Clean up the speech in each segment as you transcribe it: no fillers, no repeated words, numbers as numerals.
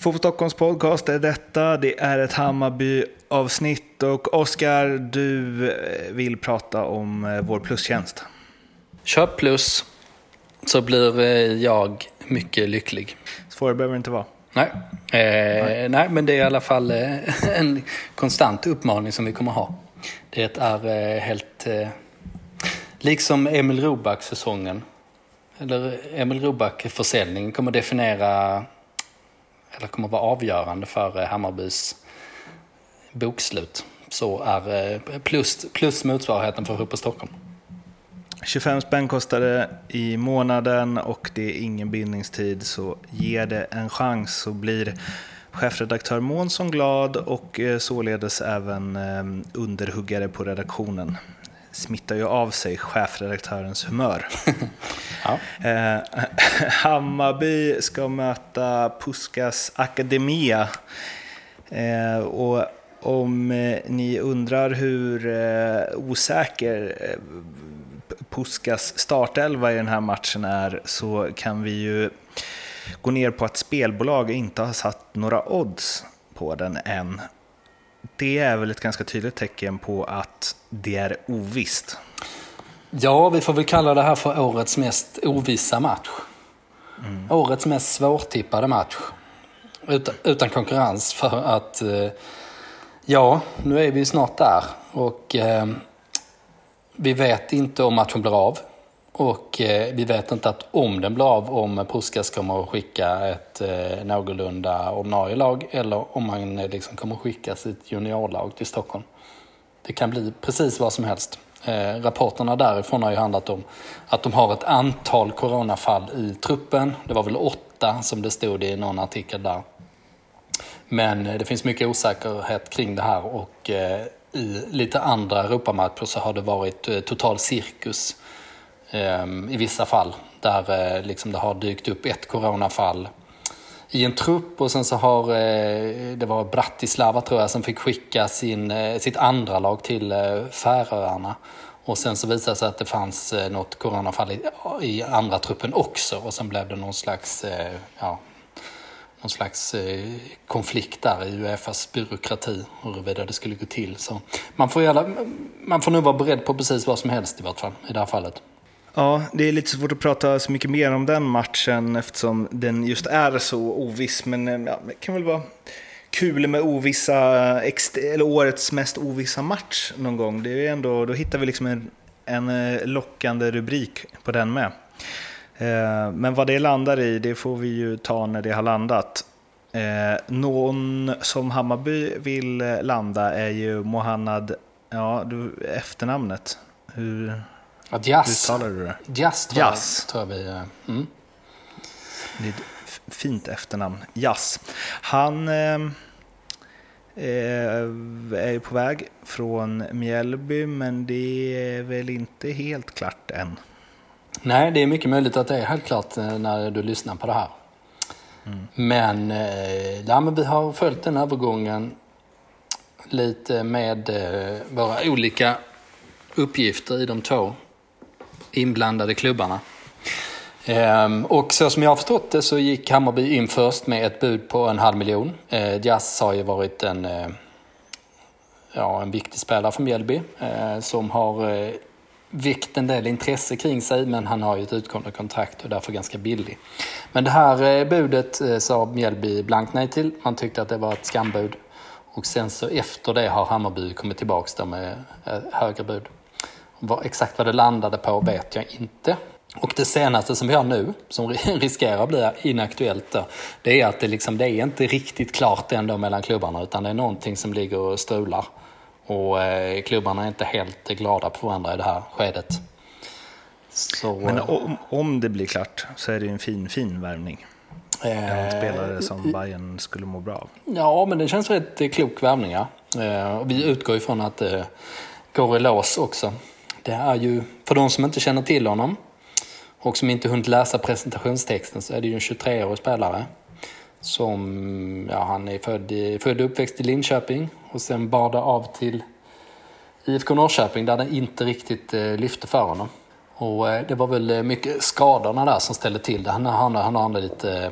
Fotboll Stockholms podcast är detta. Det är ett Hammarby-avsnitt och Oskar, du vill prata om vår plustjänst. Köp plus så blir jag mycket lycklig. Svårare behöver det inte vara. Nej, men det är i alla fall en konstant uppmaning som vi kommer ha. Det är helt liksom Emil Roback-säsongen. Eller Emil Roback-försäljningen kommer definiera eller kommer vara avgörande för Hammarbys bokslut. Så är plus motsvarigheten för Fotboll Stockholm. 25 spänn kostar det i månaden och det är ingen bindningstid, så ger det en chans så blir chefredaktör Månsson glad och således även underhuggare på redaktionen. Smittar ju av sig chefredaktörens humör. Ja. Hammarby ska möta Puskas Akademia och om ni undrar hur osäker Puskas startelva i den här matchen är, så kan vi ju gå ner på att spelbolag inte har satt några odds på den än. Det är väl ett ganska tydligt tecken på att det är ovisst. Ja, vi får väl kalla det här för årets mest ovissa match. Årets mest svårtippade match. Utan konkurrens, för att nu är vi snart där och vi vet inte om matchen blir av. Och vi vet inte att om den blir av, om Puskas kommer att skicka ett någorlunda ordinarie lag eller om man liksom kommer att skicka sitt juniorlag till Stockholm. Det kan bli precis vad som helst. Rapporterna därifrån har ju handlat om att de har ett antal coronafall i truppen. Det var väl 8 som det stod i någon artikel där. Men det finns mycket osäkerhet kring det här och i lite andra Europamatcher så har det varit total cirkus i vissa fall. Där liksom det har dykt upp ett coronafall i en trupp och sen så har det var Bratislava tror jag som fick skicka sitt andra lag till Färöarna. Och sen så visade det sig att det fanns något coronafall i andra truppen också. Och sen blev det någon slags konflikt där i UEFAs byråkrati huruvida det skulle gå till. Så man får nog vara beredd på precis vad som helst i vart fall i det här fallet. Ja, det är lite svårt att prata så mycket mer om den matchen eftersom den just är så oviss. Men det kan väl vara kul med eller årets mest ovissa match någon gång. Det är ändå, då hittar vi liksom en lockande rubrik på den med. Men vad det landar i, det får vi ju ta när det har landat. Någon som Hammarby vill landa är ju Mohannad, efternamnet. Hur uttalar du det? Jazz tror jag vi... Det är ett fint efternamn. Jazz. Han är ju på väg från Mjällby, men det är väl inte helt klart än. Nej, det är mycket möjligt att det är helt klart när du lyssnar på det här. Men vi har följt den övergången lite med våra olika uppgifter i de 2 inblandade klubbarna. Och så som jag har förstått det så gick Hammarby in först med ett bud på 500 000. Jazz har ju varit en viktig spelare för Mjällby som har väckt en del intresse kring sig, men han har ju ett utgående kontrakt och därför ganska billig. Men det här budet sa Mjällby blankt nej till. Man tyckte att det var ett skambud. Och sen så efter det har Hammarby kommit tillbaka med högre bud. Exakt vad det landade på vet jag inte. Och det senaste som vi har nu, som riskerar att bli inaktuellt då, det är att det är inte riktigt klart ändå mellan klubbarna, utan det är någonting som ligger och strular. Och klubbarna är inte helt glada på varandra i det här skedet. Så, men om det blir klart så är det en fin värvning. En spelare som Bayern skulle må bra av. Ja, men det känns rätt klok värvning. Ja. Vi utgår ifrån att det går i lås också. Det är ju, för de som inte känner till honom och som inte hunnit läsa presentationstexten, så är det ju en 23-årig spelare som, han är född och uppväxt i Linköping och sen bad av till IFK Norrköping där det inte riktigt lyfte för honom. Och det var väl mycket skadorna där som ställde till det. Han har lite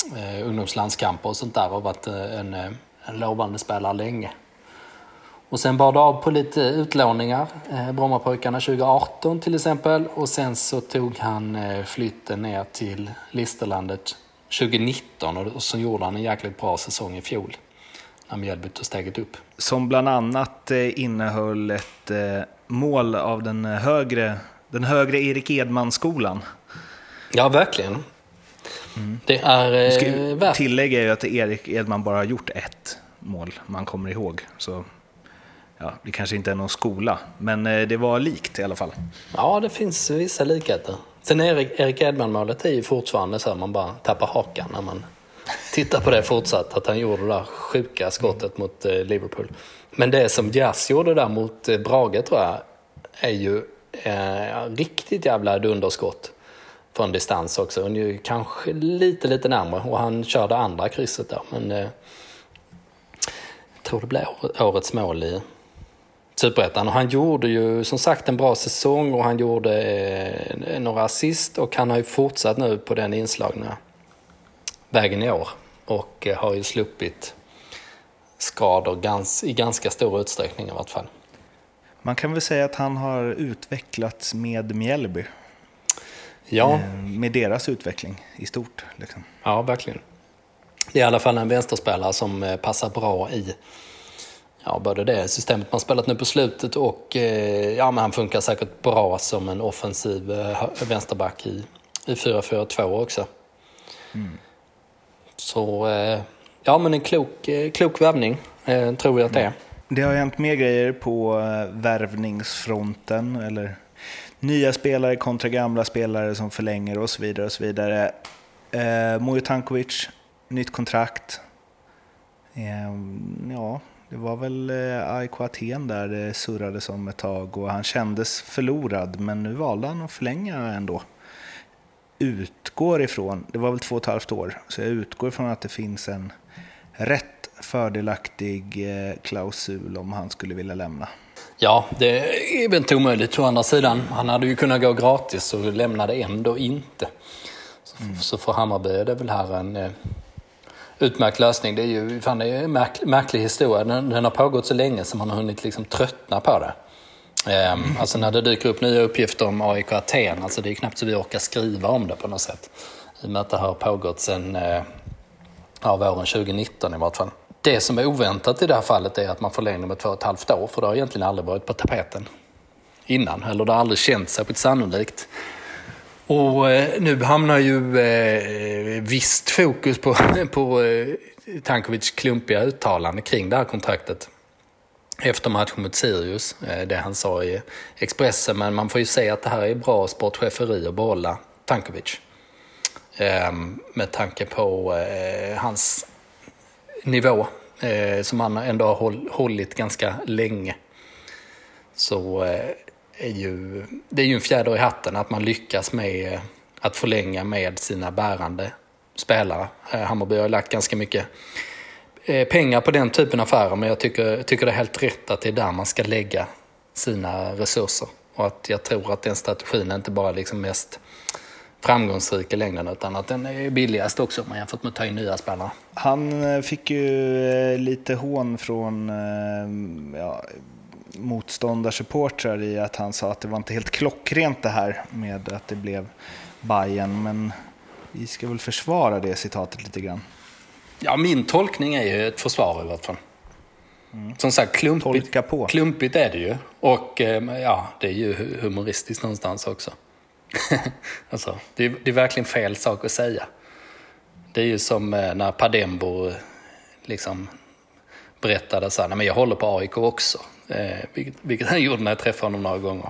ungdomslandskamper och sånt där och varit en lovande spelare länge. Och sen bar det av på lite utlåningar, Brommapojkarna 2018 till exempel, och sen så tog han flytten ner till Listerlandet 2019 och så gjorde han en jäkligt bra säsong i fjol när Mjällby tog steget upp. Som bland annat innehöll ett mål av den högre Erik Edman-skolan. Ja, verkligen. Det är tillägga är ju att Erik Edman bara har gjort ett mål man kommer ihåg, så ja, det kanske inte är någon skola, men det var likt i alla fall. Ja, det finns vissa likheter. Sen Erik Edman-målet är ju fortfarande så att man bara tappar hakan när man tittar på det fortsatt, att han gjorde det där sjuka skottet mot Liverpool. Men det som Diaz gjorde där mot Brage tror jag är ju riktigt jävla dunderskott från distans också. Och nu kanske lite närmare, och han körde andra krysset där, men jag tror det blev årets mål i Superettan. Och han gjorde ju som sagt en bra säsong och han gjorde några assist, och han har ju fortsatt nu på den inslagna vägen i år och har ju sluppit skador i ganska stor utsträckning i vart fall. Man kan väl säga att han har utvecklats med Mjällby. Ja. Med deras utveckling i stort. Liksom. Ja, verkligen. Det är i alla fall en vänsterspelare som passar bra i både det systemet man spelat nu på slutet och men han funkar säkert bra som en offensiv vänsterback i 4-4-2 också. Så men en klok värvning tror jag att det är. Det har hänt mer grejer på värvningsfronten, eller nya spelare kontra gamla spelare som förlänger och så vidare och så vidare. Mujo Tankovic, nytt kontrakt. Det var väl AIK Aten där det surrade som ett tag och han kändes förlorad, men nu valde han att förlänga ändå. Utgår ifrån, det var väl 2,5 år, så jag utgår ifrån att det finns en rätt fördelaktig klausul om han skulle vilja lämna. Ja, det är väl inte omöjligt å andra sidan. Han hade ju kunnat gå gratis och lämnade ändå inte. Så för Hammarby är det väl här en utmärkt lösning. Det är ju det är en märklig historia. Den har pågått så länge som man har hunnit liksom tröttna på det. Alltså när det dyker upp nya uppgifter om AIK Aten, alltså det är knappt så vi orkar skriva om det på något sätt. I och med att det har pågått sedan våren 2019 i vart fall. Det som är oväntat i det här fallet är att man förlänger med 2,5 år, för det har egentligen aldrig varit på tapeten innan, eller det har aldrig känts särskilt sannolikt. Och nu hamnar ju visst fokus på Tankovics klumpiga uttalande kring det här kontraktet efter matchen mot Sirius, det han sa i Expressen, men man får ju säga att det här är bra sportcheferi att behålla Tankovic med tanke på hans nivå som han ändå har hållit ganska länge. Så det är ju en fjäder i hatten att man lyckas med att förlänga med sina bärande spelare. Hammarby har lagt ganska mycket pengar på den typen av affärer, men jag tycker det är helt rätt att det är där man ska lägga sina resurser. Och att jag tror att den strategin är inte bara liksom mest framgångsrik i längden, utan att den är billigast också om man jämfört med att ta in nya spelare. Han fick ju lite hån från motståndarsupportrar i att han sa att det var inte helt klockrent det här med att det blev Bayern, men vi ska väl försvara det citatet lite grann. Ja, min tolkning är ju ett försvar i vart fall. Som sagt, klumpigt är det ju. Och det är ju humoristiskt någonstans också. Alltså, det är verkligen fel sak att säga. Det är ju som när Padembo liksom berättade så här, nej men jag håller på AIK också. Vilket han gjorde när jag träffade honom några gånger.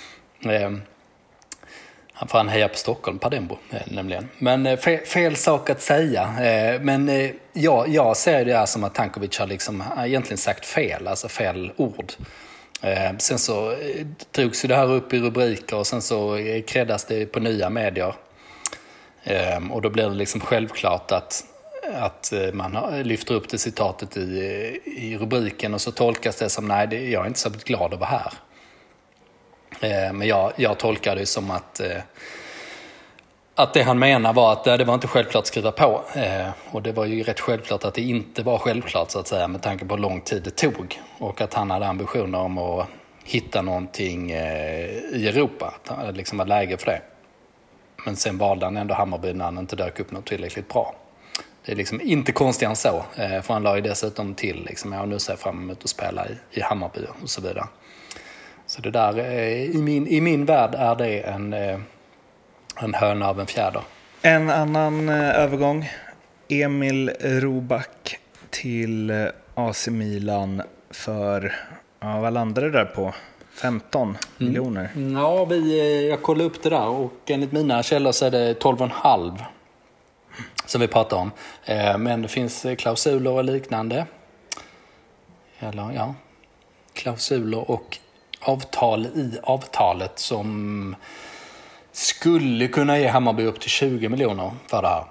Han hejar på Stockholm, Padembo nämligen. Men fel sak att säga. Men jag ser det här som att Tankovic har liksom egentligen sagt fel, alltså fel ord. Sen så drogs ju det här upp i rubriker och sen så kreddas det på nya medier. Och då blir det liksom självklart att man lyfter upp det citatet i rubriken och så tolkas det som nej, jag är inte så glad att vara här. Men jag tolkar det som att det han menar var att det var inte självklart att skriva på. Och det var ju rätt självklart att det inte var självklart så att säga med tanke på hur lång tid det tog. Och att han hade ambitioner om att hitta någonting i Europa. Att det liksom var läge för det. Men sen valde han ändå Hammarby när han inte dök upp något tillräckligt bra. Det är liksom inte konstigt än så. För han la ju dessutom till liksom, nu ser jag fram emot att spela i Hammarby och så vidare. Så det där, i min värld är det en höna av en fjäder. En annan övergång. Emil Roback till AC Milan för, vad landade det där på? 15 miljoner? Ja, jag kollade upp det där och enligt mina källor så är det 12,5 som vi pratar om. Men det finns klausuler och liknande. Eller ja, klausuler och avtal i avtalet som skulle kunna ge Hammarby upp till 20 miljoner för det här.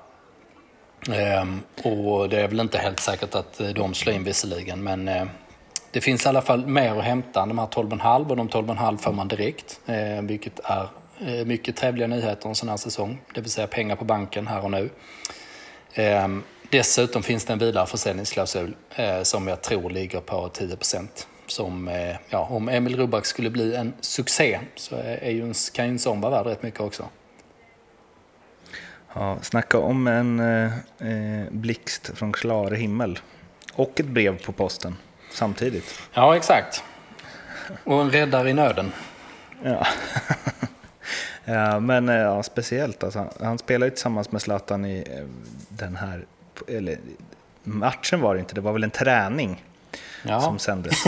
Och det är väl inte helt säkert att de slår in visserligen, men det finns i alla fall mer att hämta än de här 12,5 och de 12,5 får man direkt, vilket är mycket trevliga nyheter en sån här säsong, det vill säga pengar på banken här och nu. Dessutom finns det en vidareförsäljningsklausul som jag tror ligger på 10%. Som, om Emil Roback skulle bli en succé så kan ju en sån vara värd rätt mycket också. Ja, snacka om en blixt från klar himmel. Och ett brev på posten samtidigt. Ja, exakt. Och en räddare i nöden. Ja. Ja, men ja, speciellt. Alltså, han spelar ju tillsammans med Zlatan i den här... Eller, matchen var det inte, det var väl en träning som sändes.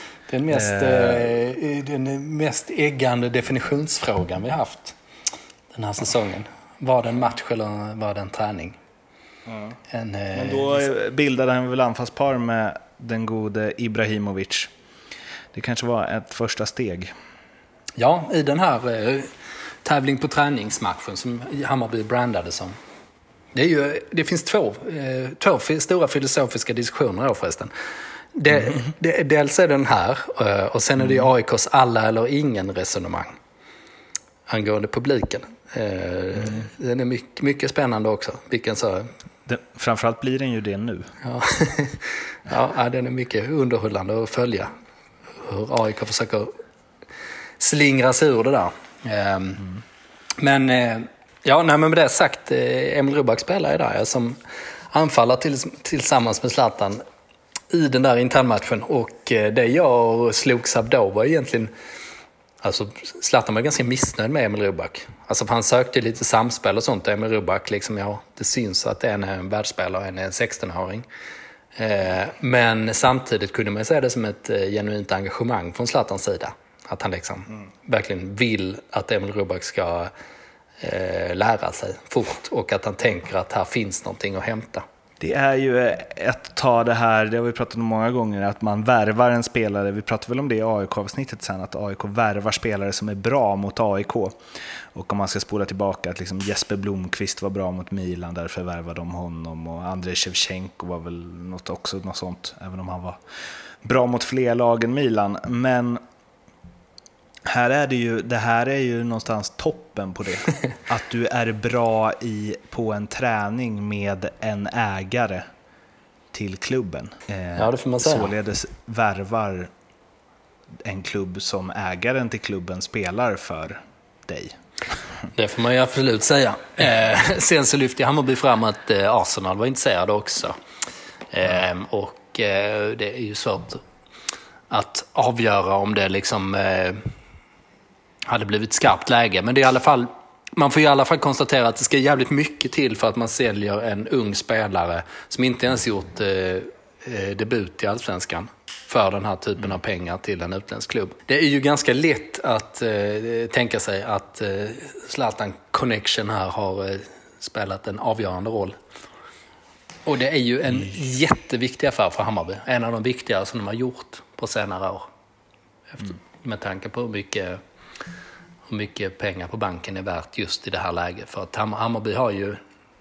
Den mest äggande definitionsfrågan vi haft den här säsongen. Var det en match eller var det en träning? Ja. Men då bildade han väl anfallspar med den gode Ibrahimovic. Det kanske var ett första steg. Ja, i den här tävling på träningsmatchen som Hammarby brandade som. Det finns två stora filosofiska diskussioner då förresten. Dels är den här och sen är det AIKs alla eller ingen resonemang angående publiken. Den är mycket spännande också. Framförallt blir den ju det nu. Ja, den är mycket underhållande att följa. Hur AIK försöker slingra sig ur det där. Men med det sagt, Emil Roback spelar ju där som anfaller tillsammans med Zlatan i den där internmatchen. Och det jag slogs av då var egentligen... Alltså, Zlatan var ganska missnöjd med Emil Roback. Alltså, han sökte lite samspel och sånt. Emil Roback, liksom, det syns att en är en världsspelare och en är en 16-åring. Men samtidigt kunde man säga det som ett genuint engagemang från Zlatans sida. Att han liksom verkligen vill att Emil Roback ska lära sig fort. Och att han tänker att här finns någonting att hämta. Det är ju att ta det här, det har vi pratat om många gånger, att man värvar en spelare. Vi pratade väl om det i AIK-avsnittet sen, att AIK värvar spelare som är bra mot AIK. Och om man ska spola tillbaka, att liksom Jesper Blomqvist var bra mot Milan, därför värvade de honom. Och Andrei Shevchenko var väl något sånt, även om han var bra mot fler lag än Milan. Men här är det här är ju någonstans toppen på det. Att du är bra på en träning med en ägare till klubben. Det får man säga. Således värvar en klubb som ägaren till klubben spelar för dig. Det får man ju absolut säga. Sen så lyfte Hammarby fram att Arsenal var intresserade också. Och det är ju svårt att avgöra om det liksom... hade blivit skarpt läge. Men det är i alla fall, man får i alla fall konstatera att det ska jävligt mycket till för att man säljer en ung spelare som inte ens gjort debut i Allsvenskan för den här typen av pengar till en utländsk klubb. Det är ju ganska lätt att tänka sig att Zlatan Connection här har spelat en avgörande roll. Och det är ju en jätteviktig affär för Hammarby. En av de viktigare som de har gjort på senare år. Med tanke på hur mycket pengar på banken är värt just i det här läget. För att Hammarby har ju...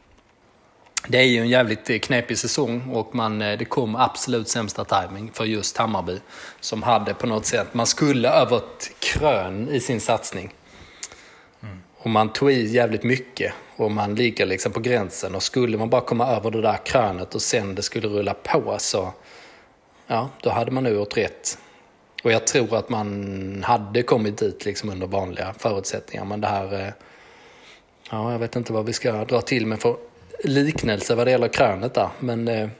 Det är ju en jävligt knepig säsong och det kom absolut sämsta timing för just Hammarby. Som hade på något sätt... Man skulle över ett krön i sin satsning. Och man tog i jävligt mycket och man ligger liksom på gränsen. Och skulle man bara komma över det där krönet och sen det skulle rulla på, så ja, då hade man nu gjort rätt. Och jag tror att man hade kommit dit liksom under vanliga förutsättningar. Men det här, ja, jag vet inte vad vi ska dra till med för liknelse vad det gäller krönet där. Men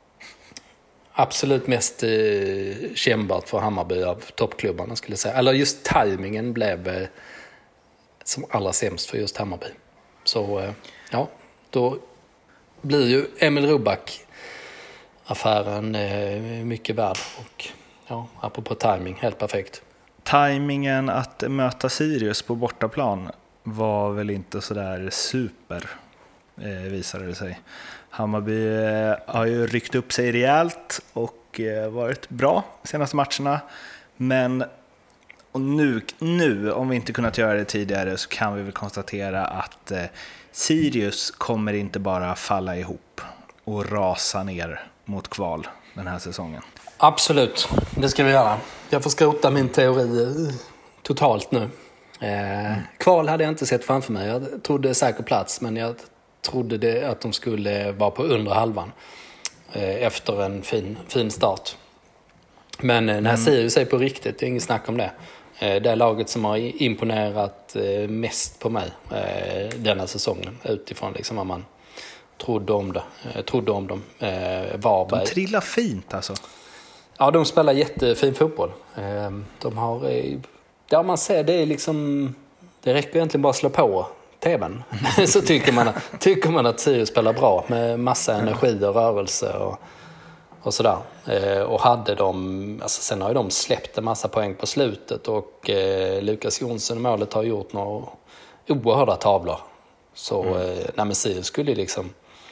absolut mest kännbart för Hammarby av toppklubbarna, skulle jag säga. Eller just tajmingen blev som allra sämst för just Hammarby. Så ja, då blir ju Emil Ruback-affären mycket värd. Och ja, apropå timing, helt perfekt. Timingen att möta Sirius på bortaplan var väl inte så där super, visade det sig. Hammarby har ju ryckt upp sig rejält och varit bra de senaste matcherna. Men och nu, om vi inte kunnat göra det tidigare, så kan vi väl konstatera att Sirius kommer inte bara falla ihop och rasa ner mot kval den här säsongen. Absolut, det ska vi göra. Jag får skrota min teori totalt nu. Kval hade jag inte sett framför mig. Jag trodde säker plats, men jag trodde att de skulle vara på undre halvan efter en fin start. Men när Sirius är på riktigt, det är inget snack om det. Det är laget som har imponerat mest på mig denna säsongen, utifrån liksom vad man trodde om dem. Varberg. De trillar fint alltså. Ja, de spelar jättefin fotboll. De har, ja, man ser, det är liksom, det räcker egentligen bara att slå på tvn. Så tycker man att Sirius spelar bra med massa energi och rörelse och sådär. Och hade de, alltså sen har ju de släppt en massa poäng på slutet, och Lukas Jonsson i målet har gjort några oerhörda tavlor. Så nej, men Sirius skulle liksom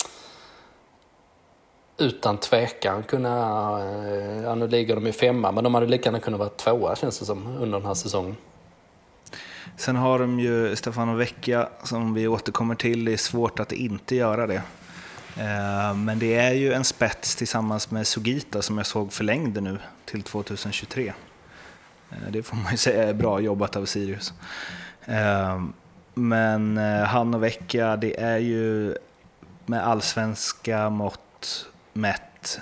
utan tvekan kunna, ja, nu ligger de i 5, men de hade lika gärna kunnat vara 2, känns det som, under den här säsongen. Sen har de ju Stefano Vecchia som vi återkommer till. Det är svårt att inte göra det. Men det är ju en spets tillsammans med Sugita som jag såg förlängde nu till 2023. Det får man ju säga är bra jobbat av Sirius. Men han och Vecchia, det är ju med allsvenska mått mätt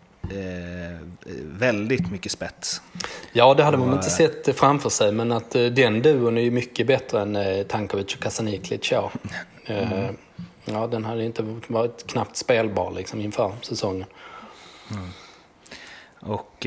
väldigt mycket spets. Ja, det hade man inte sett framför sig, men att den duon är ju mycket bättre än Tankovic och Kasaniklic. Ja. Ja, den hade inte varit knappt spelbar liksom inför säsongen. Och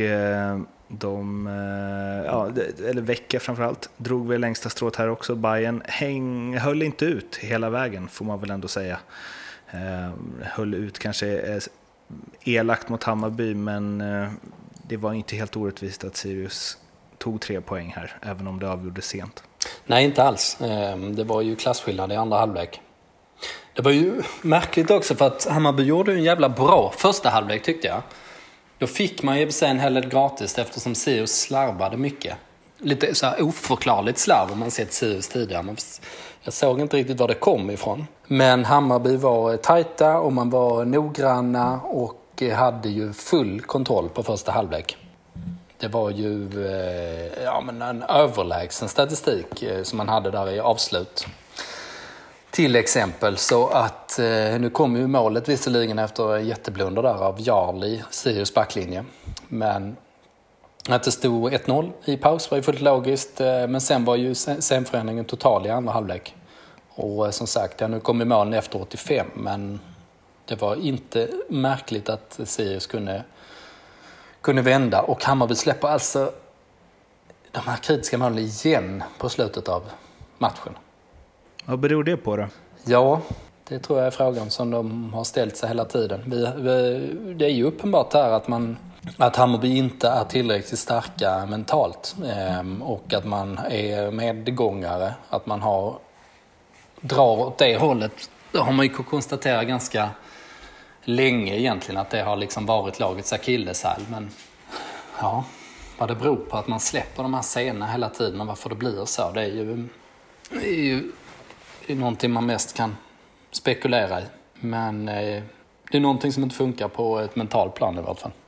eller Vecchia framförallt, drog väl längsta strået här också. Bayern höll inte ut hela vägen, får man väl ändå säga. Höll ut kanske elakt mot Hammarby, men det var inte helt orättvist att Sirius tog 3 poäng här, även om det avgjordes sent. Nej, inte alls. Det var ju klasskillnad i andra halvlek. Det var ju märkligt också, för att Hammarby gjorde en jävla bra första halvlek, tyckte jag. Då fick man ju sig en hel del gratis, eftersom Sirius slarvade mycket. Lite så här oförklarligt slarv om man sett Sirius tidigare. Men jag såg inte riktigt var det kom ifrån. Men Hammarby var tajta och man var noggranna och hade ju full kontroll på första halvlek. Det var ju en överlägsen statistik som man hade där i avslut. Till exempel, så att nu kom ju målet visserligen efter jätteblunder där av Jarl i Sirius backlinje. Men att det stod 1-0 i paus var ju fullt logiskt. Men sen var ju scenförändringen total i andra halvlek. Och som sagt, nu kom ju målen efter 85. Men det var inte märkligt att Sirius kunde vända. Och Hammarby släpper alltså de här kritiska målen igen på slutet av matchen. Vad beror det på då? Ja, det tror jag är frågan som de har ställt sig hela tiden. Det är ju uppenbart här att Hammarby inte är tillräckligt starka mentalt. Och att man är medgångare. Att man drar åt det hållet. Det har man ju konstaterat ganska länge egentligen. Att det har liksom varit lagets akilleshäl. Men ja, vad det beror på att man släpper de här scenerna hela tiden. Och varför det blir så. Det är ju någonting man mest kan spekulera i. Men det är någonting som inte funkar på ett mentalt plan i alla fall.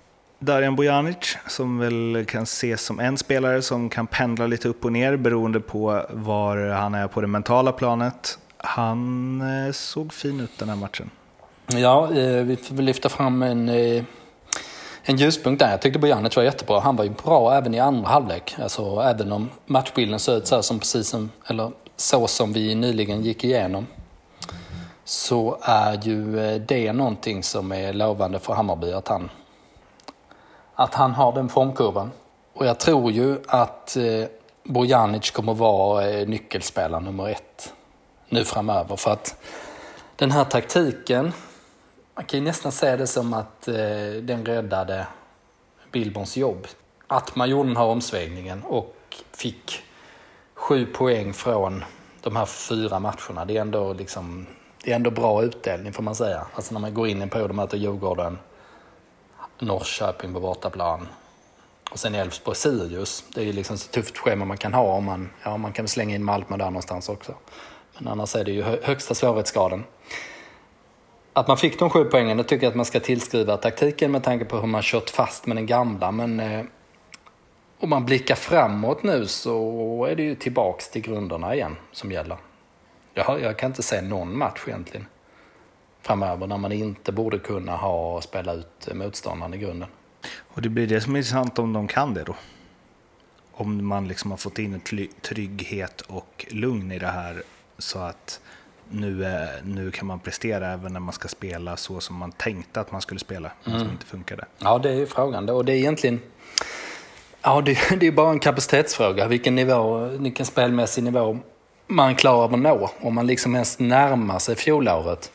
Darijan Bojanic, som väl kan ses som en spelare som kan pendla lite upp och ner beroende på var han är på det mentala planet. Han såg fin ut den här matchen. Ja, vi får lyfta fram en ljuspunkt där. Jag tyckte Bojanic var jättebra. Han var ju bra även i andra halvlek. Alltså även om matchbilden såg ut så som vi nyligen gick igenom, så är ju det någonting som är lovande för Hammarby, att han har den formkurvan. Och jag tror ju att Bojanic kommer vara nyckelspelare nummer 1 nu framöver. För att den här taktiken, man kan ju nästan säga det som att den räddade Billborns jobb. Att man gjorde den här omsvängningen och fick 7 poäng från de här 4 matcherna. Det är ändå bra utdelning, får man säga. Alltså när man går in i en period och möter Djurgården, Norrköping på bortaplan och sen Elfsborg, Sirius. Det är ju liksom så tufft schema man kan ha om man kan slänga in Malmö där någonstans också. Men annars är det ju högsta svårighetsgraden. Att man fick de 7 poängen, det tycker jag att man ska tillskriva taktiken med tanke på hur man kört fast med den gamla. Men om man blickar framåt nu så är det ju tillbaks till grunderna igen som gäller. Jag kan inte se någon match egentligen framöver när man inte borde kunna spela ut motståndaren i grunden. Och det blir det som är intressant om de kan det då. Om man liksom har fått in en trygghet och lugn i det här, så att nu kan man prestera även när man ska spela så som man tänkte att man skulle spela, men som inte funkade. Ja, det är ju frågan. Och det är egentligen det är bara en kapacitetsfråga. Vilken spelmässig nivå man klarar av att nå. Om man liksom ens närmar sig fjolåret,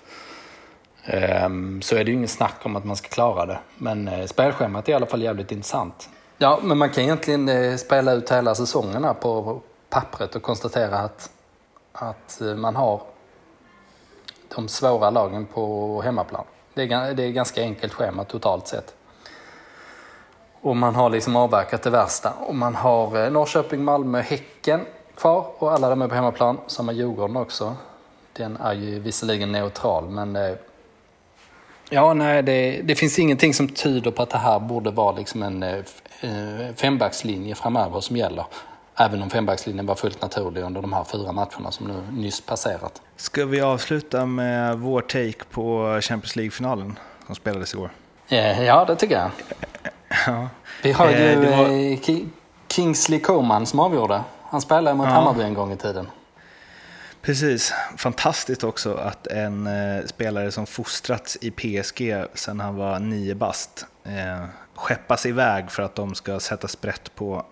så är det ju ingen snack om att man ska klara det. Men spelschemat är i alla fall jävligt intressant. Ja, men man kan egentligen spela ut hela säsongen här på pappret och konstatera att man har de svåra lagen på hemmaplan. Det är ganska enkelt schema totalt sett. Och man har liksom avverkat det värsta. Och man har Norrköping, Malmö, Häcken kvar. Och alla de är på hemmaplan. Samma Djurgården också. Den är ju visserligen neutral. Men det finns ingenting som tyder på att det här borde vara liksom en fembackslinje framöver som gäller. Även om fembackslinjen var fullt naturlig under de här 4 matcherna som nu nyss passerat. Ska vi avsluta med vår take på Champions League-finalen som spelades igår? Ja, det tycker jag. Ja. Vi har ju Kingsley Coman som avgjorde. Han spelade mot Hammarby en gång i tiden. Precis. Fantastiskt också att en spelare som fostrats i PSG sedan han var 9 bast skeppas iväg för att de ska sätta sprätt på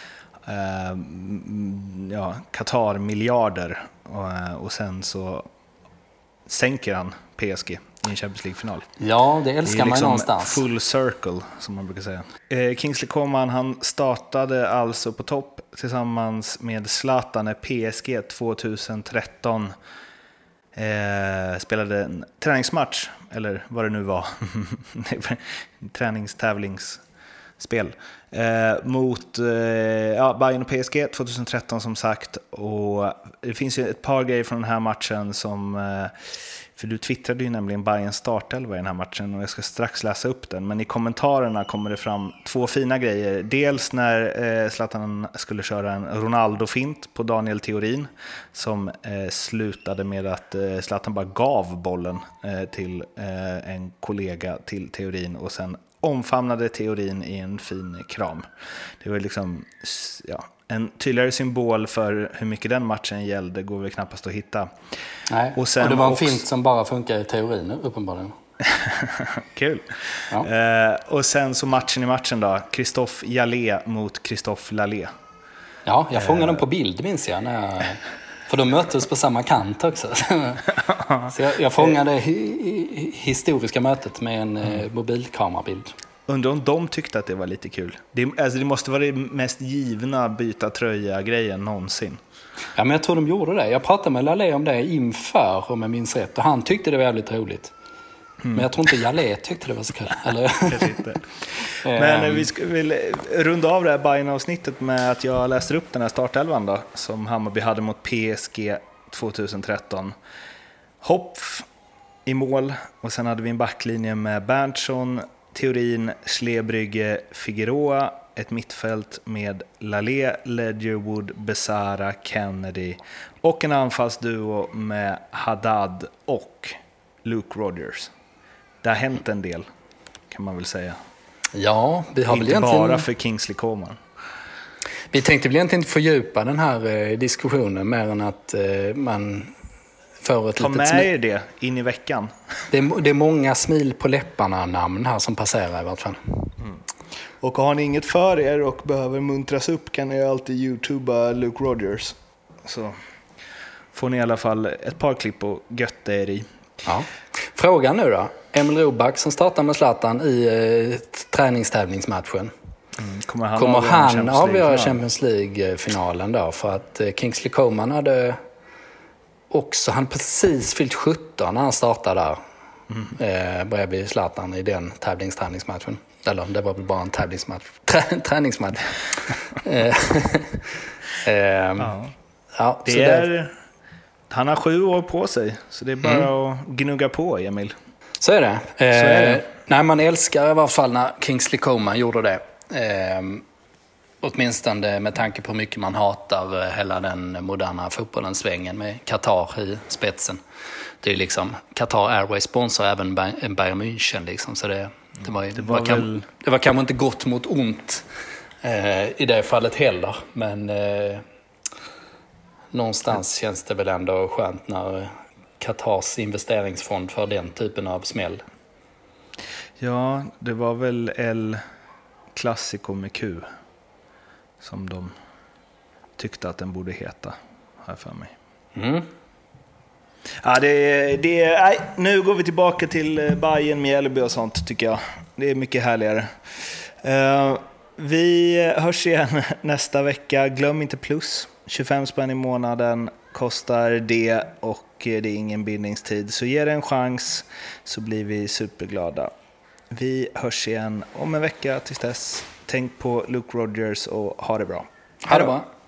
Qatar-miljarder och sen så sänker han PSG i en Champions League-final. Ja, det älskar man liksom någonstans. Full circle, som man brukar säga. Kingsley Coman, han startade alltså på topp tillsammans med Zlatan när PSG 2013 spelade en träningsmatch, eller vad det nu var. Träningstävlingsspel. Mot Bayern och PSG 2013 som sagt. Och det finns ju ett par grejer från den här matchen som... För du twittrade ju nämligen Bayerns startelva i den här matchen och jag ska strax läsa upp den. Men i kommentarerna kommer det fram 2 fina grejer. Dels när Zlatan skulle köra en Ronaldo-fint på Daniel Theorin som slutade med att Zlatan bara gav bollen till en kollega till Theorin och sen omfamnade Theorin i en fin kram. Det var liksom en tydligare symbol för hur mycket den matchen gällde går väl knappast att hitta. Nej, och det var en fint som bara funkar i teorin uppenbarligen. Kul. Ja. Och sen så matchen i matchen då. Christophe Jalé mot Christophe Lalé. Ja, jag fångade den på bild minns jag. För de möttes på samma kant också. Så jag fångade historiska mötet med en mobilkamerabild. Undrar om de tyckte att det var lite kul. Det måste vara det mest givna byta tröja-grejen någonsin. Ja, men jag tror de gjorde det. Jag pratade med Lalé om det inför, om jag minns rätt. Och han tyckte det var jävligt roligt. Men jag tror inte Jalé tyckte det var så kul. Eller? Men vi ska väl runda av det här Bayern-avsnittet med att jag läser upp den här startelvan då, som Hammarby hade mot PSG 2013. Hopf i mål och sen hade vi en backlinje med Berntsson, teorin Slebrygge, Figueroa, ett mittfält med Lalé, Ledgerwood, Besara, Kennedy och en anfallsduo med Haddad och Luke Rodgers. Det har hänt en del, kan man väl säga. Ja, vi har väl inte egentligen... bara för Kingsley Coman. Vi tänkte väl egentligen inte fördjupa den här diskussionen mer än att man får ett Ta litet med er det in i veckan. Det är många smil på läpparna namn här som passerar i vart fall. Och har ni inget för er och behöver muntras upp kan ni alltid YouTubea Luke Rodgers. Så får ni i alla fall ett par klipp och götta er i. Ja. Frågan nu då. Emil Roback som startar med Zlatan i träningstävlingsmatchen. Kommer han avgöra Champions League-finalen då? För att Kingsley Coman hade också, han precis fyllt 17 när han startade där. Bredvid Zlatan i den tävlingsmatchen. Eller det var väl bara en tävlingsmatch. Träningsmatch. Ja, det är, han har 7 år på sig. Så det är bara att gnugga på, Emil. Så är det. Så är det. Nej, man älskar i alla fall när Kingsley Coman gjorde det. Åtminstone med tanke på hur mycket man hatar hela den moderna fotbollens svängen med Qatar i spetsen. Det är liksom, Qatar Airways sponsor även Bayern München liksom, så det var kanske inte gott mot ont i det fallet heller, men någonstans känns det väl ändå skönt när Qatars investeringsfond för den typen av smäll. Ja, det var väl El Clasico med Q som de tyckte att den borde heta, här för mig. Ja, nej, nu går vi tillbaka till Bayern, Mjällby och sånt tycker jag. Det är mycket härligare. Vi hörs igen nästa vecka. Glöm inte plus. 25 spänn i månaden kostar det och det är ingen bindningstid. Så ge det en chans så blir vi superglada. Vi hörs igen om en vecka. Tills dess, tänk på Luke Rodgers och ha det bra. Ha det bra.